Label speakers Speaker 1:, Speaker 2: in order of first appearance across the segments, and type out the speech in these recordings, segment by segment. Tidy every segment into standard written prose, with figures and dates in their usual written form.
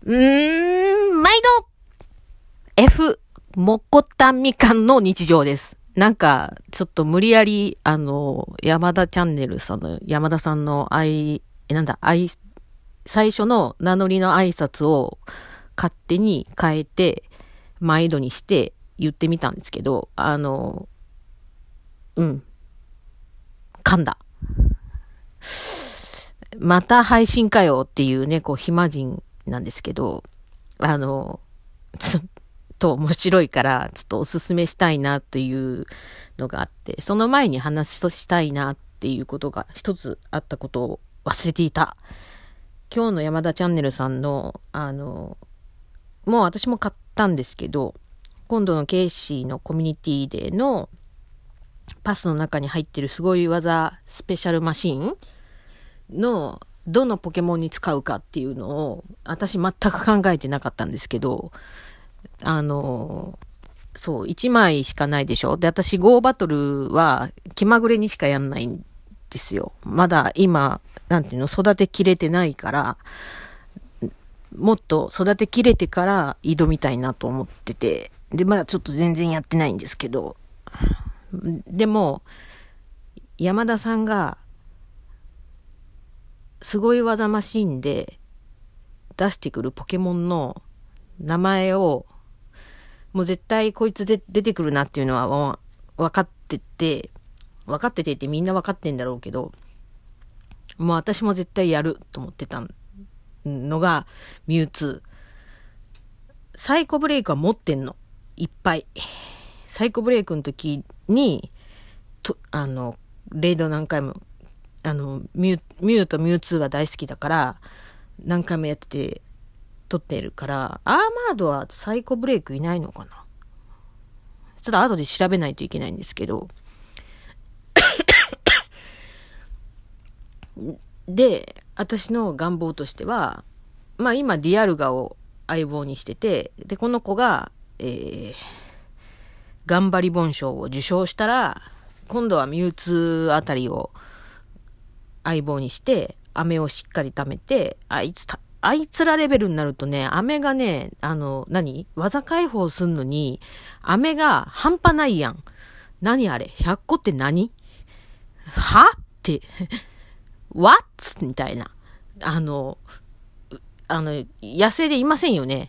Speaker 1: 毎度 F もこたみかんの日常です。なんか、ちょっと無理やり、山田チャンネルさんの、山田さんの最初の名乗りの挨拶を勝手に変えて、毎度にして言ってみたんですけど、噛んだ。また配信かよっていうね、暇人なんですけど、ちょっと面白いから、ちょっとおすすめしたいなというのがあって、その前に話したいなっていうことが一つあったことを忘れていた。今日の山田チャンネルさんの、もう私も買ったんですけど、今度のケイシーのコミュニティでのパスの中に入ってるすごい技スペシャルマシンのどのポケモンに使うかっていうのを私全く考えてなかったんですけど、そう、1枚しかないでしょ。で、私 Go バトルは気まぐれにしかやんないんですよ。まだ今、育てきれてないから、もっと育てきれてから挑みたいなと思ってて、で、まだちょっと全然やってないんですけど、でも、山田さんが、すごい技マシンで出してくるポケモンの名前を、もう絶対こいつで出てくるなっていうのはもう分かっててってみんな分かってんだろうけど、もう私も絶対やると思ってたのがミュウツー。サイコブレイクは持ってんの。いっぱい。サイコブレイクの時に、レイド何回も、ミュウとミュウツーが大好きだから、何回もやってて、撮ってるから、アーマードはサイコブレイクいないのかな。ちょっと後で調べないといけないんですけど。で、私の願望としては、まあ今ディアルガを相棒にしてて、で、この子が、頑張り本賞を受賞したら、今度はミュウツーあたりを相棒にして、飴をしっかり貯めて、あいつらレベルになるとね、飴がね、技解放すんのに、飴が半端ないやん。何あれ ?100 個って何はって、what? みたいな。野生でいませんよね。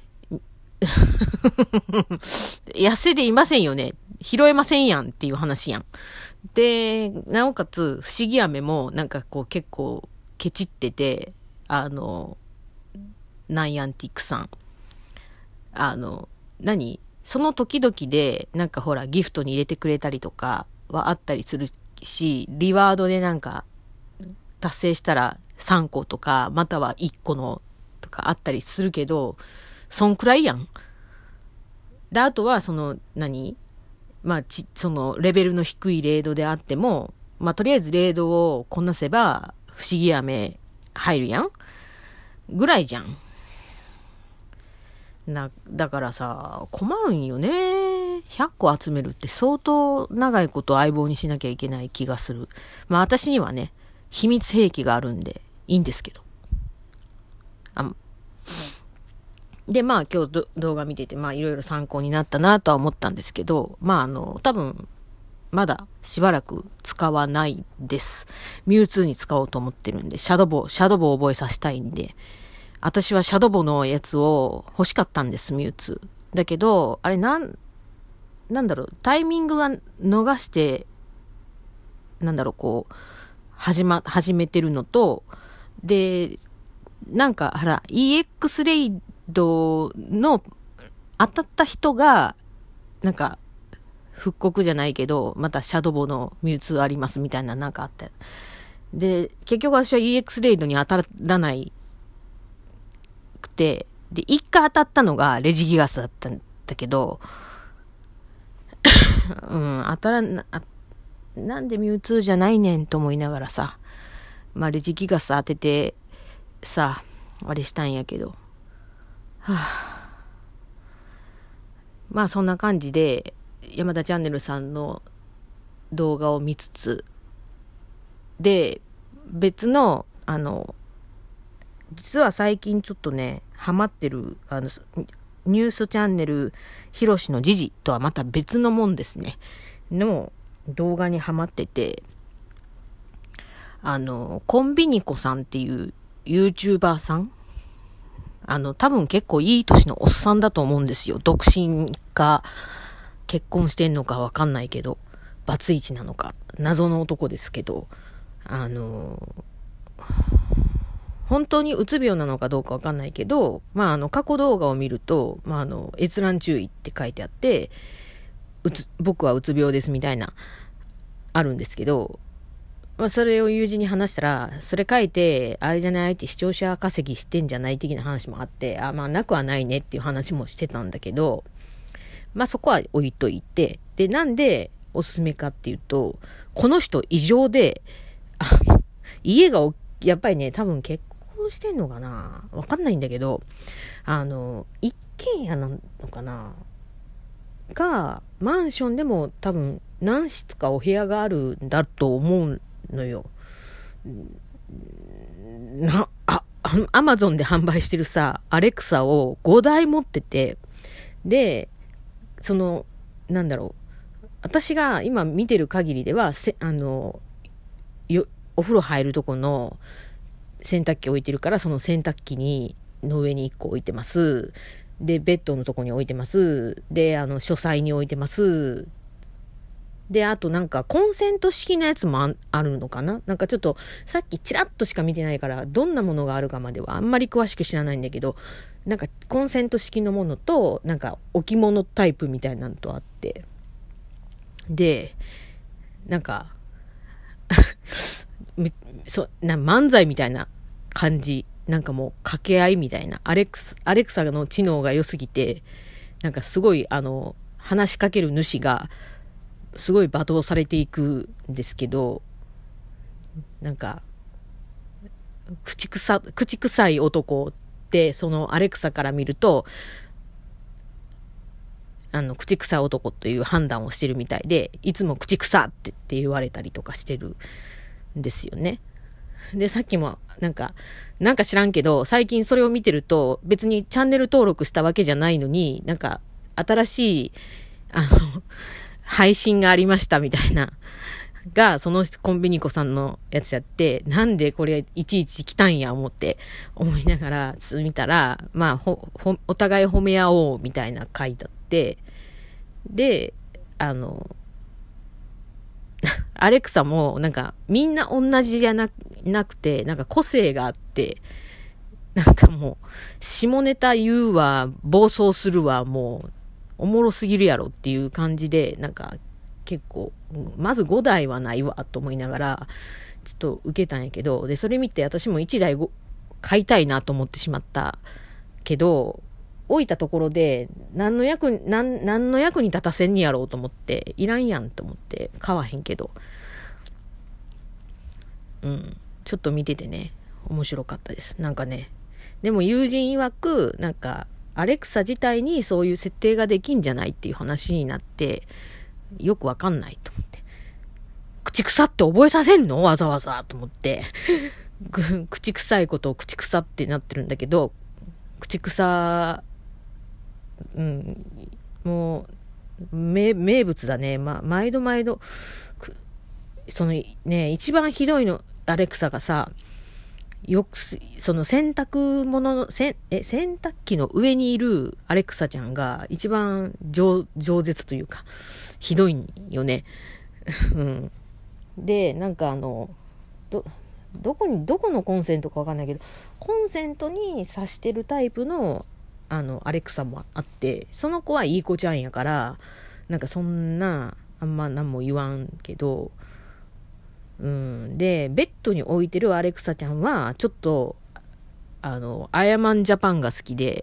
Speaker 1: 野生でいませんよね。拾えませんやんっていう話やん。で、なおかつ、不思議飴も、結構、ケチってて、ナイアンティックさん。その時々で、ギフトに入れてくれたりとかはあったりするし、リワードで達成したら3個とか、または1個のとかあったりするけど、そんくらいやん。で、あとは、レベルの低いレードであっても、とりあえずレードをこなせば、不思議飴入るやんぐらいじゃん。だからさ、困るんよね。100個集めるって相当長いこと相棒にしなきゃいけない気がする。私にはね、秘密兵器があるんで、いいんですけど。で、今日動画見てて、いろいろ参考になったなとは思ったんですけど、多分、まだしばらく使わないです。ミュウツーに使おうと思ってるんで、シャドボを覚えさせたいんで、私はシャドボのやつを欲しかったんです、ミュウツー。だけど、あれタイミングが逃して、始めてるのと、で、EX レイドの当たった人が、復刻じゃないけど、またシャドボのミュウツーありますみたいなあって。で、結局私は EX レイドに当たらないくて、で、一回当たったのがレジギガスだったんだけど、なんでミュウツーじゃないねんと思いながらさ、レジギガス当てて、さ、あれしたんやけど。そんな感じで、山田チャンネルさんの動画を見つつ、で、別の、実は最近ちょっとね、 ハマってる、ニュースチャンネル、ひろしの時事とはまた別のもんですね。の動画にハマってて、コンビニコさんっていう YouTuber さん、多分結構いい年のおっさんだと思うんですよ。独身か、結婚してんのかわかんないけど、バツイチなのか、謎の男ですけど、本当にうつ病なのかどうかわかんないけど、過去動画を見ると、閲覧注意って書いてあって、僕はうつ病ですみたいな、あるんですけど、それを友人に話したら、それ書いて、あれじゃないって視聴者稼ぎしてんじゃない的な話もあって、なくはないねっていう話もしてたんだけど、そこは置いといて、で、なんでおすすめかっていうと、この人異常で、家がやっぱりね、多分結婚してんのかなわかんないんだけど、一軒家なのかなが、マンションでも多分何室かお部屋があるんだと思うのよ。アマゾンで販売してるさ、アレクサを5台持ってて、で、私が今見てる限りでは、お風呂入るとこの洗濯機置いてるから、その洗濯機の上に1個置いてます。で、ベッドのとこに置いてます。で、書斎に置いてます。で、あとコンセント式のやつもあるのかな？ちょっと、さっきチラッとしか見てないから、どんなものがあるかまではあんまり詳しく知らないんだけど、コンセント式のものと、置物タイプみたいなのとあって、で、漫才みたいな感じ、もう掛け合いみたいな、アレクサの知能が良すぎて、すごい話しかける主がすごい罵倒されていくんですけど、口臭い男ってそのアレクサから見ると口臭い男という判断をしてるみたいで、いつも口臭って言われたりとかしてるんですよね。で、さっきも知らんけど、最近それを見てると、別にチャンネル登録したわけじゃないのに、新しい配信がありましたみたいなが、そのコンビニコさんのやつやって、なんでこれいちいち来たんや思いながら見たら、お互い褒め合おうみたいな書いてあって、で、アレクサもみんな同じじゃなくて、個性があって、もう下ネタ言うわ、暴走するわ、もうおもろすぎるやろっていう感じで、結構まず5台はないわと思いながらちょっと受けたんやけど、でそれ見て私も1台買いたいなと思ってしまったけど、置いたところで何の役に立たせんにやろうと思って、いらんやんと思って買わへんけど、ちょっと見ててね、面白かったです。でも友人曰くアレクサ自体にそういう設定ができんじゃないっていう話になって、よくわかんないと思って、口臭って覚えさせんのわざわざと思って口臭いことを口臭ってなってるんだけど、口臭もう名物だね。毎度一番ひどいの、アレクサがさ、よくその洗濯機の上にいるアレクサちゃんが一番饒舌というかひどいよねでどこのコンセントかわかんないけど、コンセントに挿してるタイプのアレクサもあって、その子はいい子ちゃんやからそんなあんま何も言わんけど、でベッドに置いてるアレクサちゃんはちょっとアヤマンジャパンが好きで、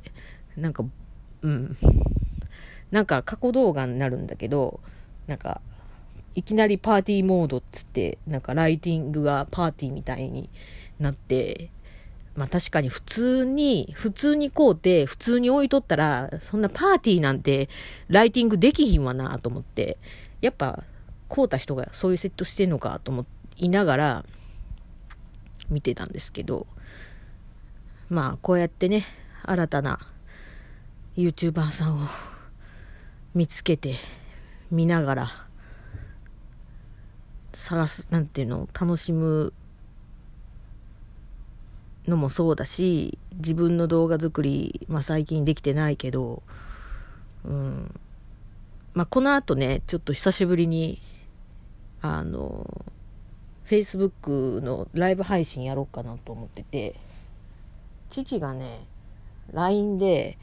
Speaker 1: 過去動画になるんだけど、いきなりパーティーモードっつって、ライティングがパーティーみたいになって、確かに普通にこうて普通に置いとったら、そんなパーティーなんてライティングできひんわなと思って、やっぱこうた人がそういうセットしてんのかと思いながら見てたんですけど、こうやってね、 新たな YouTuber さんを見つけて見ながら探す、なんていうの、楽しむのもそうだし、自分の動画作り、最近できてないけど、この後ね、ちょっと久しぶりにFacebook のライブ配信やろうかなと思ってて、父がね LINE で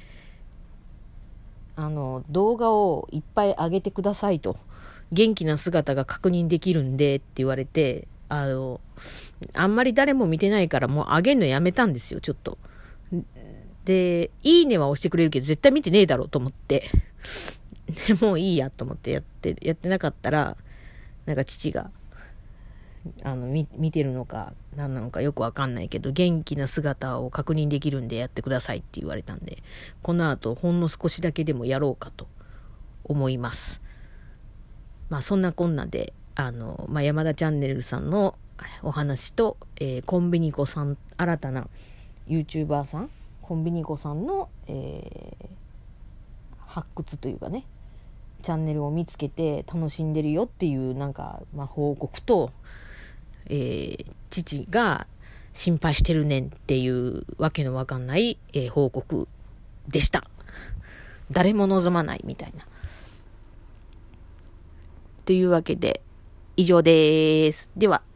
Speaker 1: 動画をいっぱい上げてくださいと、元気な姿が確認できるんでって言われて、あんまり誰も見てないからもう上げんのやめたんですよ、ちょっと。で、いいねは押してくれるけど絶対見てねえだろうと思ってでもういいやと思ってやってなかったら、なんか父が見てるのか何なのかよくわかんないけど、元気な姿を確認できるんでやってくださいって言われたんで、この後ほんの少しだけでもやろうかと思います。そんなこんなで山田チャンネルさんのお話と、コンビニコさん、新たな YouTuber さん、コンビニコさんの、発掘というかね、チャンネルを見つけて楽しんでるよっていう報告と、父が心配してるねんっていうわけのわかんない、報告でした。誰も望まないみたいな。というわけで以上です。では。